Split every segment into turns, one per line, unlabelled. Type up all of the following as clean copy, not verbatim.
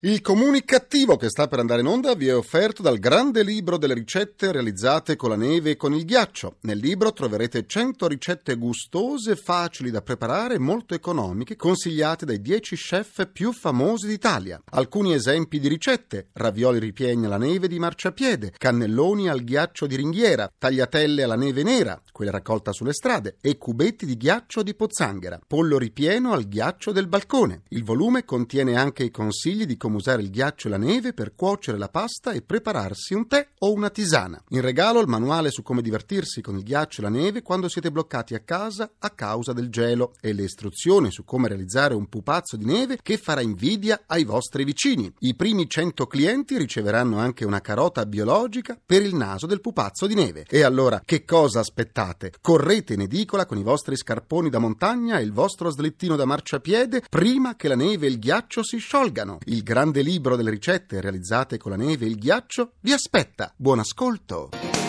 Il comunicativo che sta per andare in onda vi è offerto dal grande libro delle ricette realizzate con la neve e con il ghiaccio. Nel libro troverete 100 ricette gustose, facili da preparare e molto economiche, consigliate dai 10 chef più famosi d'Italia. Alcuni esempi di ricette: ravioli ripieni alla neve di marciapiede, cannelloni al ghiaccio di ringhiera, tagliatelle alla neve nera, quella raccolta sulle strade, e cubetti di ghiaccio di pozzanghera, pollo ripieno al ghiaccio del balcone. Il volume contiene anche i consigli di come usare il ghiaccio e la neve per cuocere la pasta e prepararsi un tè o una tisana. In regalo il manuale su come divertirsi con il ghiaccio e la neve quando siete bloccati a casa a causa del gelo e le istruzioni su come realizzare un pupazzo di neve che farà invidia ai vostri vicini. I primi 100 clienti riceveranno anche una carota biologica per il naso del pupazzo di neve. E allora che cosa aspettate? Correte in edicola con i vostri scarponi da montagna e il vostro slittino da marciapiede prima che la neve e il ghiaccio si sciolgano. Il grande libro delle ricette realizzate con la neve e il ghiaccio vi aspetta. Buon ascolto.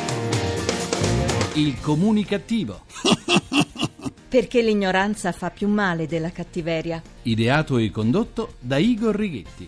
Il comunicativo.
Perché l'ignoranza fa più male della cattiveria.
Ideato e condotto da Igor Righetti.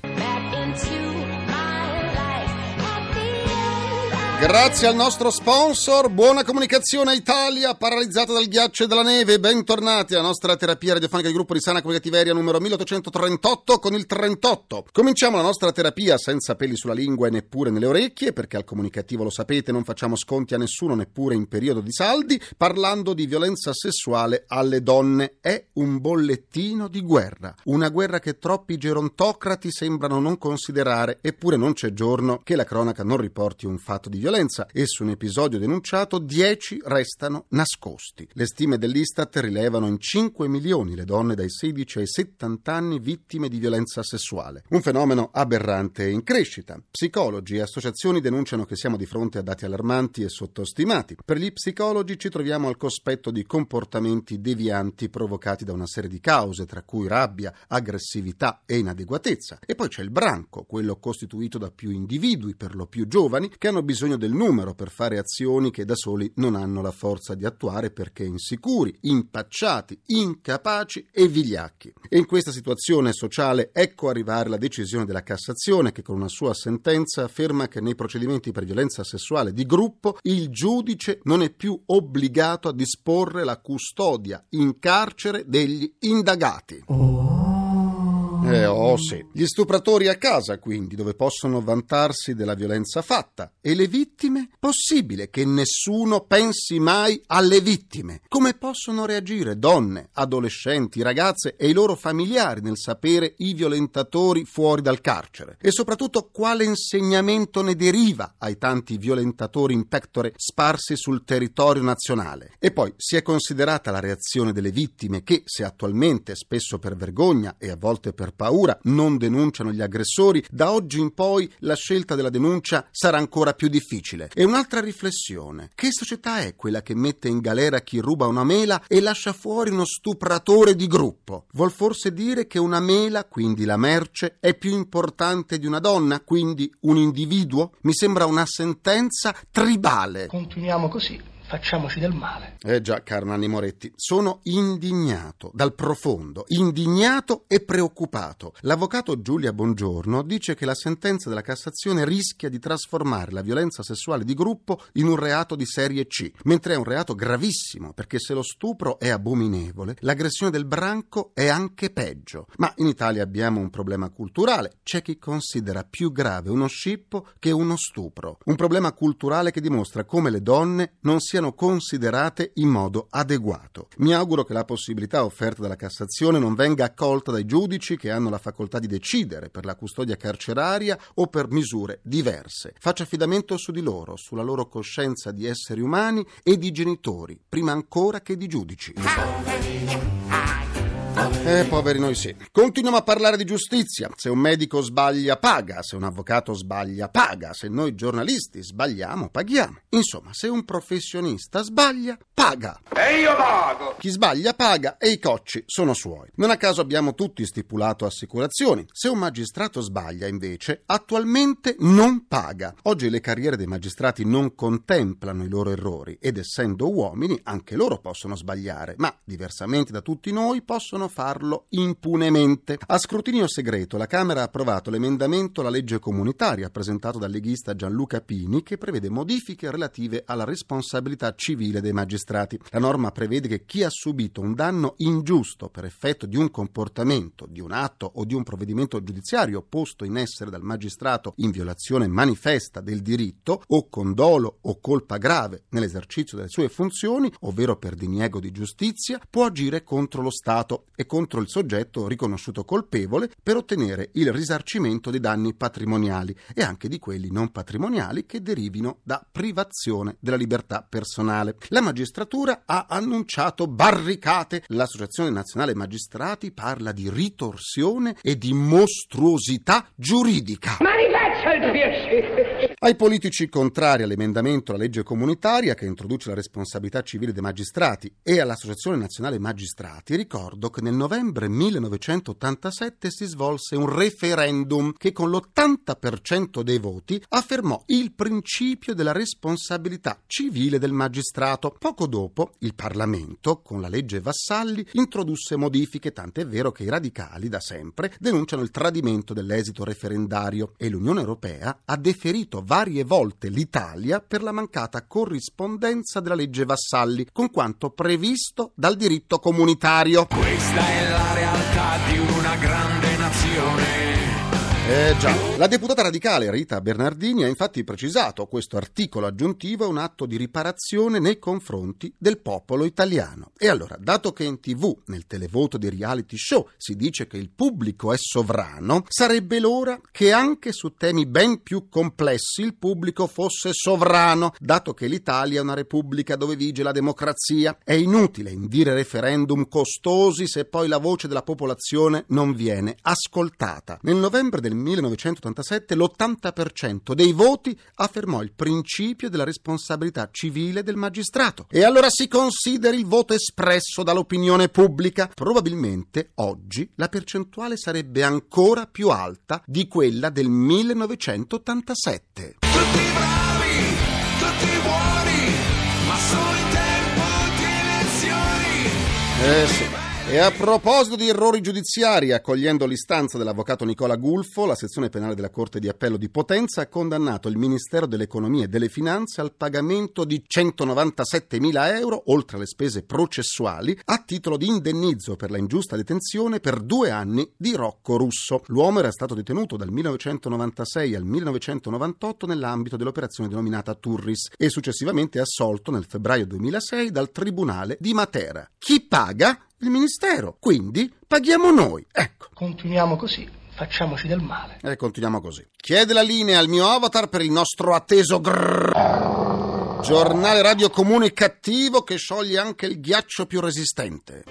Grazie al nostro sponsor, Buona Comunicazione Italia, paralizzata dal ghiaccio e dalla neve. Bentornati alla nostra terapia radiofonica di gruppo di sana cattiveria numero 1838 con il 38. Cominciamo la nostra terapia senza peli sulla lingua e neppure nelle orecchie, perché al comunicativo, lo sapete, non facciamo sconti a nessuno neppure in periodo di saldi, parlando di violenza sessuale alle donne. È un bollettino di guerra, una guerra che troppi gerontocrati sembrano non considerare, eppure non c'è giorno che la cronaca non riporti un fatto di violenza e su un episodio denunciato 10 restano nascosti. Le stime dell'Istat rilevano in 5 milioni le donne dai 16 ai 70 anni vittime di violenza sessuale. Un fenomeno aberrante e in crescita. Psicologi e associazioni denunciano che siamo di fronte a dati allarmanti e sottostimati. Per gli psicologi ci troviamo al cospetto di comportamenti devianti provocati da una serie di cause, tra cui rabbia, aggressività e inadeguatezza. E poi c'è il branco, quello costituito da più individui, per lo più giovani, che hanno bisogno del numero per fare azioni che da soli non hanno la forza di attuare perché insicuri, impacciati, incapaci e vigliacchi. E in questa situazione sociale ecco arrivare la decisione della Cassazione, che con una sua sentenza afferma che nei procedimenti per violenza sessuale di gruppo il giudice non è più obbligato a disporre la custodia in carcere degli indagati. Sì. Gli stupratori a casa, quindi, dove possono vantarsi della violenza fatta. E le vittime? Possibile che nessuno pensi mai alle vittime. Come possono reagire donne, adolescenti, ragazze e i loro familiari nel sapere i violentatori fuori dal carcere? E soprattutto quale insegnamento ne deriva ai tanti violentatori in pectore sparsi sul territorio nazionale? E poi si è considerata la reazione delle vittime che, se attualmente, spesso per vergogna e a volte per paura, non denunciano gli aggressori, da oggi in poi la scelta della denuncia sarà ancora più difficile. E un'altra riflessione: che società è quella che mette in galera chi ruba una mela e lascia fuori uno stupratore di gruppo? Vuol forse dire che una mela, quindi la merce, è più importante di una donna, quindi un individuo? Mi sembra una sentenza tribale.
Continuiamo così. Facciamoci del male.
Già, caro Nanni Moretti, sono indignato, dal profondo, indignato e preoccupato. L'avvocato Giulia Bongiorno dice che la sentenza della Cassazione rischia di trasformare la violenza sessuale di gruppo in un reato di serie C, mentre è un reato gravissimo, perché se lo stupro è abominevole, l'aggressione del branco è anche peggio. Ma in Italia abbiamo un problema culturale. C'è chi considera più grave uno scippo che uno stupro. Un problema culturale che dimostra come le donne non siano considerate in modo adeguato. Mi auguro che la possibilità offerta dalla Cassazione non venga accolta dai giudici che hanno la facoltà di decidere per la custodia carceraria o per misure diverse. Faccia affidamento su di loro, sulla loro coscienza di esseri umani e di genitori, prima ancora che di giudici. Poveri noi sì. Continuiamo a parlare di giustizia. Se un medico sbaglia, paga. Se un avvocato sbaglia, paga. Se noi giornalisti sbagliamo, paghiamo. Insomma, se un professionista sbaglia, paga.
E io pago!
Chi sbaglia paga e i cocci sono suoi. Non a caso abbiamo tutti stipulato assicurazioni. Se un magistrato sbaglia, invece, attualmente non paga. Oggi le carriere dei magistrati non contemplano i loro errori ed essendo uomini, anche loro possono sbagliare, ma, diversamente da tutti noi, possono possano farlo impunemente. A scrutinio segreto la Camera ha approvato l'emendamento alla legge comunitaria presentato dal leghista Gianluca Pini, che prevede modifiche relative alla responsabilità civile dei magistrati. La norma prevede che chi ha subito un danno ingiusto per effetto di un comportamento, di un atto o di un provvedimento giudiziario posto in essere dal magistrato in violazione manifesta del diritto o con dolo o colpa grave nell'esercizio delle sue funzioni, ovvero per diniego di giustizia, può agire contro lo Stato e contro il soggetto riconosciuto colpevole per ottenere il risarcimento dei danni patrimoniali e anche di quelli non patrimoniali che derivino da privazione della libertà personale. La magistratura ha annunciato barricate. L'Associazione Nazionale Magistrati parla di ritorsione e di mostruosità giuridica. Ai politici contrari all'emendamento alla legge comunitaria che introduce la responsabilità civile dei magistrati e all'Associazione Nazionale Magistrati ricordo che nel novembre 1987 si svolse un referendum che con l'80% dei voti affermò il principio della responsabilità civile del magistrato. Poco dopo il Parlamento, con la legge Vassalli, introdusse modifiche, tant'è vero che i radicali da sempre denunciano il tradimento dell'esito referendario e l'Unione Europea ha deferito varie volte l'Italia per la mancata corrispondenza della legge Vassalli con quanto previsto dal diritto comunitario.
Questa è la realtà di una grande nazione.
Già, la deputata radicale Rita Bernardini ha infatti precisato questo articolo aggiuntivo è un atto di riparazione nei confronti del popolo italiano. E allora, dato che in TV, nel televoto dei reality show, si dice che il pubblico è sovrano, sarebbe l'ora che anche su temi ben più complessi il pubblico fosse sovrano, dato che l'Italia è una repubblica dove vige la democrazia. È inutile indire referendum costosi se poi la voce della popolazione non viene ascoltata. Nel novembre del 1987 l'80% dei voti affermò il principio della responsabilità civile del magistrato. E allora si consideri il voto espresso dall'opinione pubblica. Probabilmente oggi la percentuale sarebbe ancora più alta di quella del 1987.
Tutti bravi, tutti buoni, ma solo in tempo di elezioni.
Sì. E a proposito di errori giudiziari, accogliendo l'istanza dell'avvocato Nicola Gulfo, la sezione penale della Corte di Appello di Potenza ha condannato il Ministero dell'Economia e delle Finanze al pagamento di 197.000 euro, oltre alle spese processuali, a titolo di indennizzo per la ingiusta detenzione per 2 anni di Rocco Russo. L'uomo era stato detenuto dal 1996 al 1998 nell'ambito dell'operazione denominata Turris e successivamente assolto nel febbraio 2006 dal Tribunale di Matera. Chi paga? Il Ministero, quindi paghiamo noi, ecco.
Continuiamo così, facciamoci del male.
Continuiamo così. Chiede la linea al mio avatar per il nostro atteso giornale radio comunicativo che scioglie anche il ghiaccio più resistente.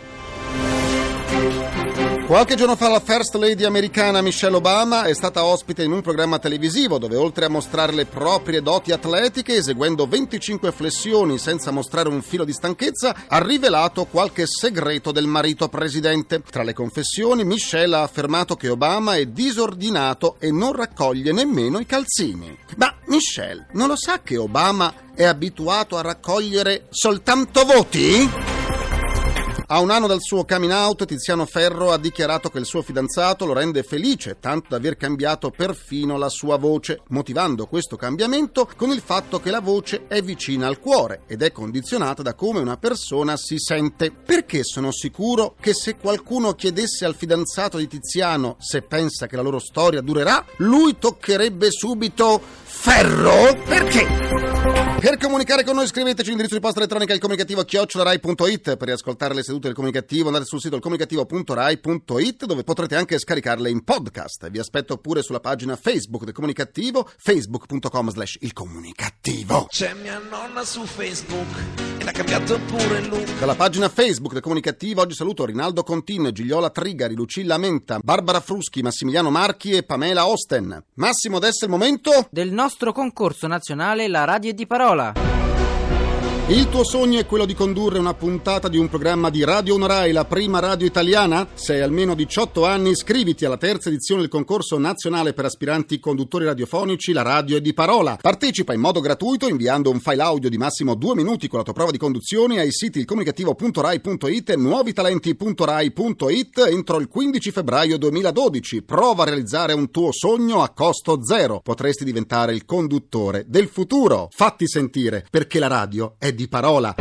Qualche giorno fa la First Lady americana Michelle Obama è stata ospite in un programma televisivo dove, oltre a mostrare le proprie doti atletiche, eseguendo 25 flessioni senza mostrare un filo di stanchezza, ha rivelato qualche segreto del marito presidente. Tra le confessioni, Michelle ha affermato che Obama è disordinato e non raccoglie nemmeno i calzini. Ma Michelle non lo sa che Obama è abituato a raccogliere soltanto voti? A un anno dal suo coming out, Tiziano Ferro ha dichiarato che il suo fidanzato lo rende felice, tanto da aver cambiato perfino la sua voce, motivando questo cambiamento con il fatto che la voce è vicina al cuore ed è condizionata da come una persona si sente. Perché sono sicuro che se qualcuno chiedesse al fidanzato di Tiziano se pensa che la loro storia durerà, lui toccherebbe subito ferro? Perché? Per comunicare con noi scriveteci l'indirizzo di posta elettronica ilcomunicativo@rai.it. Per riascoltare le sedute del Comunicativo andate sul sito ilcomunicativo.rai.it, dove potrete anche scaricarle in podcast. Vi aspetto pure sulla pagina Facebook del Comunicativo, facebook.com/ilcomunicativo.
C'è mia nonna su Facebook e l'ha cambiato pure il look.
Dalla pagina Facebook del Comunicativo oggi saluto Rinaldo Contin, Gigliola Trigari, Lucilla Menta, Barbara Fruschi, Massimiliano Marchi e Pamela Osten. Massimo, adesso è il momento
del nostro concorso nazionale La Radio di Parola.
Il tuo sogno è quello di condurre una puntata di un programma di Radio 1 Rai, la prima radio italiana? Se hai almeno 18 anni, iscriviti alla terza edizione del concorso nazionale per aspiranti conduttori radiofonici La radio è di parola. Partecipa in modo gratuito inviando un file audio di massimo 2 minuti con la tua prova di conduzione ai siti ilcomunicativo.rai.it e nuovitalenti.rai.it entro il 15 febbraio 2012. Prova a realizzare un tuo sogno a costo zero. Potresti diventare il conduttore del futuro. Fatti sentire, perché la radio è di parola.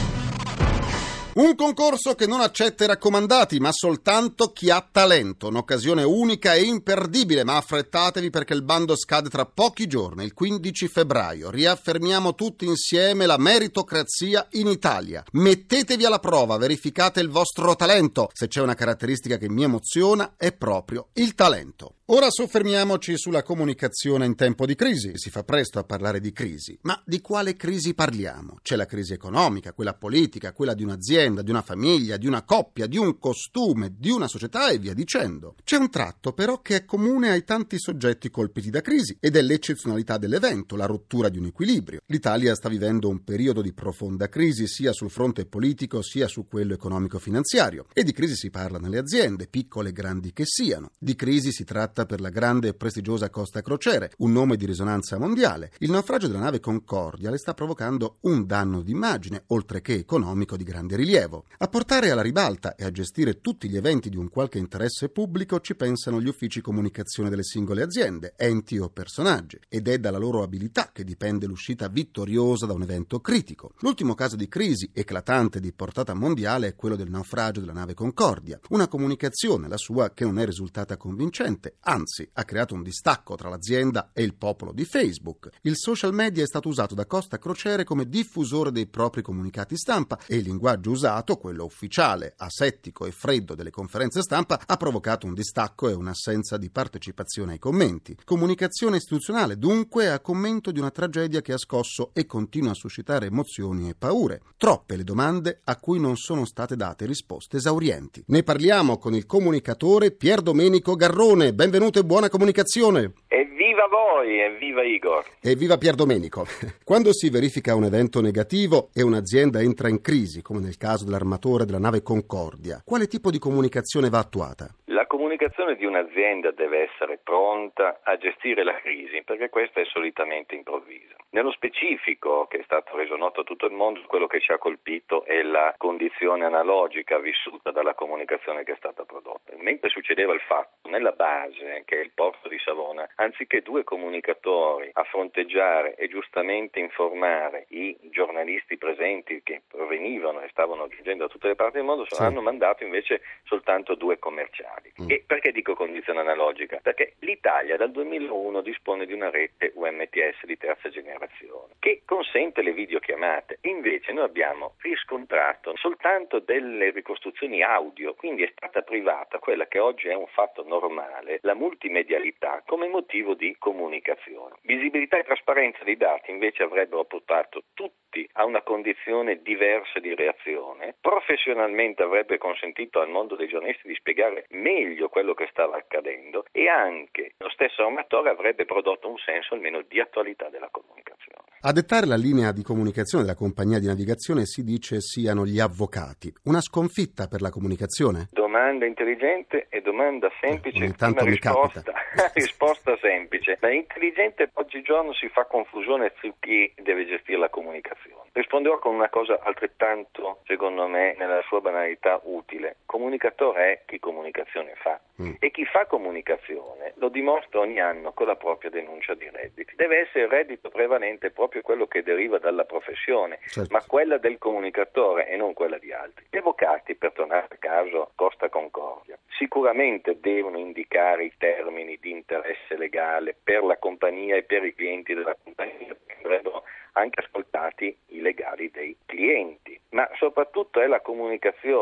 Un concorso che non accetta i raccomandati, ma soltanto chi ha talento. Un'occasione unica e imperdibile, ma affrettatevi perché il bando scade tra pochi giorni, il 15 febbraio. Riaffermiamo tutti insieme la meritocrazia in Italia. Mettetevi alla prova, verificate il vostro talento. Se c'è una caratteristica che mi emoziona, è proprio il talento. Ora soffermiamoci sulla comunicazione in tempo di crisi. Si fa presto a parlare di crisi, ma di quale crisi parliamo? C'è la crisi economica, quella politica, quella di un'azienda, di una famiglia, di una coppia, di un costume, di una società e via dicendo. C'è un tratto però che è comune ai tanti soggetti colpiti da crisi ed è l'eccezionalità dell'evento, la rottura di un equilibrio. L'Italia sta vivendo un periodo di profonda crisi sia sul fronte politico sia su quello economico-finanziario e di crisi si parla nelle aziende, piccole e grandi che siano. Di crisi si tratta per la grande e prestigiosa Costa Crociere, un nome di risonanza mondiale. Il naufragio della nave Concordia le sta provocando un danno d'immagine, oltre che economico di grande rilievo. A portare alla ribalta e a gestire tutti gli eventi di un qualche interesse pubblico ci pensano gli uffici comunicazione delle singole aziende, enti o personaggi, ed è dalla loro abilità che dipende l'uscita vittoriosa da un evento critico. L'ultimo caso di crisi eclatante di portata mondiale è quello del naufragio della nave Concordia. Una comunicazione, la sua, che non è risultata convincente, anzi ha creato un distacco tra l'azienda e il popolo di Facebook. Il social media è stato usato da Costa Crociere come diffusore dei propri comunicati stampa e il linguaggio usato, quello ufficiale, asettico e freddo delle conferenze stampa, ha provocato un distacco e un'assenza di partecipazione ai commenti. Comunicazione istituzionale, dunque, a commento di una tragedia che ha scosso e continua a suscitare emozioni e paure. Troppe le domande a cui non sono state date risposte esaurienti. Ne parliamo con il comunicatore Pier Domenico Garrone. Benvenuto e buona comunicazione.
Evviva voi, evviva Igor.
Evviva Pier Domenico. Quando si verifica un evento negativo e un'azienda entra in crisi, come nel caso dell'armatore della nave Concordia, quale tipo di comunicazione va attuata?
La comunicazione di un'azienda deve essere pronta a gestire la crisi, perché questa è solitamente improvvisa. Nello specifico, che è stato reso noto a tutto il mondo, quello che ci ha colpito è la condizione analogica vissuta dalla comunicazione che è stata prodotta. Mentre succedeva il fatto, nella base, che è il porto di Savona, anziché 2 comunicatori a fronteggiare e giustamente informare i giornalisti presenti che provenivano e stavano giungendo da tutte le parti del mondo, hanno mandato invece soltanto 2 commerciali. E perché dico condizione analogica? Perché l'Italia dal 2001 dispone di una rete UMTS di terza generazione che consente le videochiamate. Invece noi abbiamo riscontrato soltanto delle ricostruzioni audio, quindi è stata privata quella che oggi è un fatto normale, la multimedialità come motivo di comunicazione. Visibilità e trasparenza dei dati invece avrebbero portato tutti a una condizione diversa di reazione. Professionalmente avrebbe consentito al mondo dei giornalisti di spiegare meglio quello che stava accadendo e anche lo stesso armatore avrebbe prodotto un senso almeno di attualità della comunicazione.
A dettare la linea di comunicazione della compagnia di navigazione si dice siano gli avvocati. Una sconfitta per la comunicazione?
Domanda intelligente e domanda semplice.
Ogni tanto mi capita.
Risposta semplice. Ma intelligente oggigiorno si fa confusione su chi deve gestire la comunicazione. Risponderò con una cosa altrettanto, secondo me, nella sua banalità utile. Comunicatore è chi comunicazione fa. E chi fa comunicazione lo dimostra ogni anno con la propria denuncia di redditi. Deve essere il reddito prevalente proprio quello che deriva dalla professione, ma quella del comunicatore e non quella di altri. Gli avvocati, per tornare a caso Costa Concordia, sicuramente devono indicare i termini di interesse legale per la compagnia e per i clienti della compagnia, perché andrebbero anche ascoltati i legali dei clienti, ma soprattutto è la comunicazione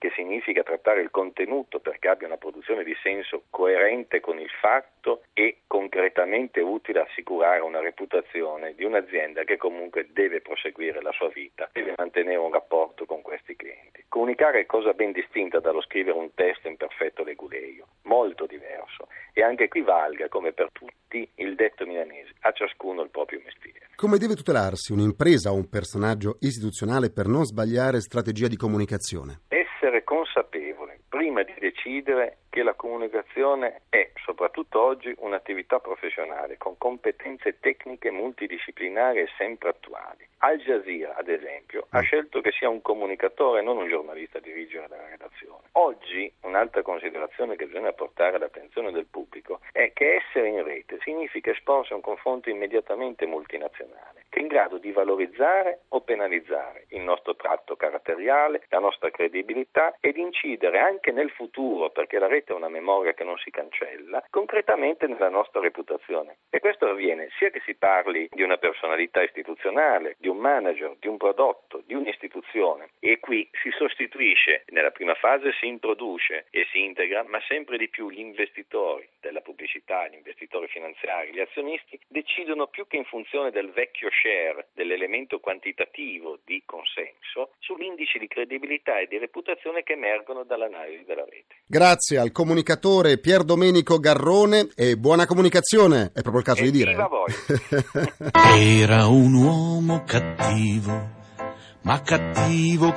che significa trattare il contenuto perché abbia una produzione di senso coerente con il fatto e concretamente utile a assicurare una reputazione di un'azienda che comunque deve proseguire la sua vita, deve mantenere un rapporto con questi clienti. Comunicare è cosa ben distinta dallo scrivere un testo in perfetto leguleio, molto diverso, e anche qui valga, come per tutti, il detto milanese: a ciascuno il proprio mestiere.
Come deve tutelarsi un'impresa o un personaggio istituzionale per non sbagliare strategia di comunicazione?
Essere consapevole, prima di decidere, che la comunicazione è, soprattutto oggi, un'attività professionale con competenze tecniche multidisciplinari e sempre attuali. Al Jazeera, ad esempio, ha scelto che sia un comunicatore e non un giornalista a dirigere la redazione. Oggi, un'altra considerazione che bisogna portare all'attenzione del pubblico è che essere in rete significa esporsi a un confronto immediatamente multinazionale, che è in grado di valorizzare o penalizzare il nostro tratto caratteriale, la nostra credibilità, ed incidere anche nel futuro, perché la rete è una memoria che non si cancella, concretamente nella nostra reputazione. E questo avviene sia che si parli di una personalità istituzionale, di un manager, di un prodotto, di un'istituzione, e qui si sostituisce, nella prima fase si introduce e si integra, ma sempre di più gli investitori della pubblicità, gli investitori finanziari, gli azionisti decidono più che in funzione del vecchio share, dell'elemento quantitativo di consenso, sull'indice di credibilità e di reputazione che emergono dall'analisi della rete.
Grazie al comunicatore Pier Domenico Garrone e buona comunicazione, è proprio il caso di dire.
Viva voi!
Era un uomo cattivo, ma cattivo.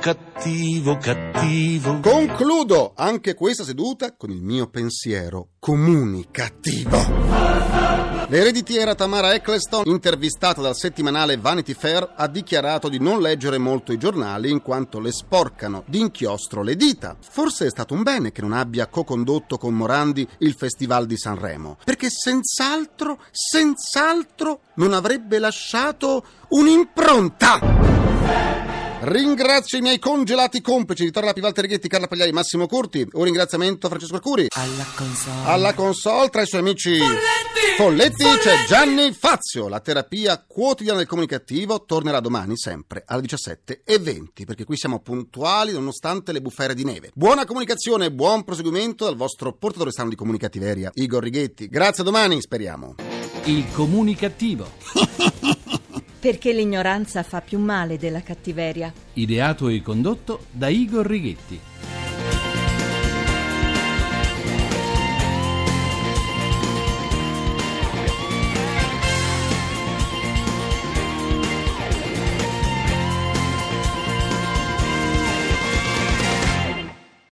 Concludo anche questa seduta con il mio pensiero comunicativo. L'ereditiera Tamara Eccleston, intervistata dal settimanale Vanity Fair, ha dichiarato di non leggere molto i giornali in quanto le sporcano d'inchiostro le dita. Forse è stato un bene che non abbia co-condotto con Morandi il Festival di Sanremo, perché senz'altro non avrebbe lasciato un'impronta. Ringrazio i miei congelati complici Vittorio Lapi, Walter Righetti, Carla Pagliari, Massimo Curti. Un ringraziamento a Francesco Arcuri. Alla console tra i suoi amici Folletti c'è Gianni Fazio. La terapia quotidiana del comunicativo tornerà domani sempre alle 17:20, perché qui siamo puntuali nonostante le bufere di neve. Buona comunicazione e buon proseguimento dal vostro portatore sano di comunicativeria, Igor Righetti. Grazie, a domani, speriamo.
Il comunicativo.
Perché l'ignoranza fa più male della cattiveria.
Ideato e condotto da Igor Righetti.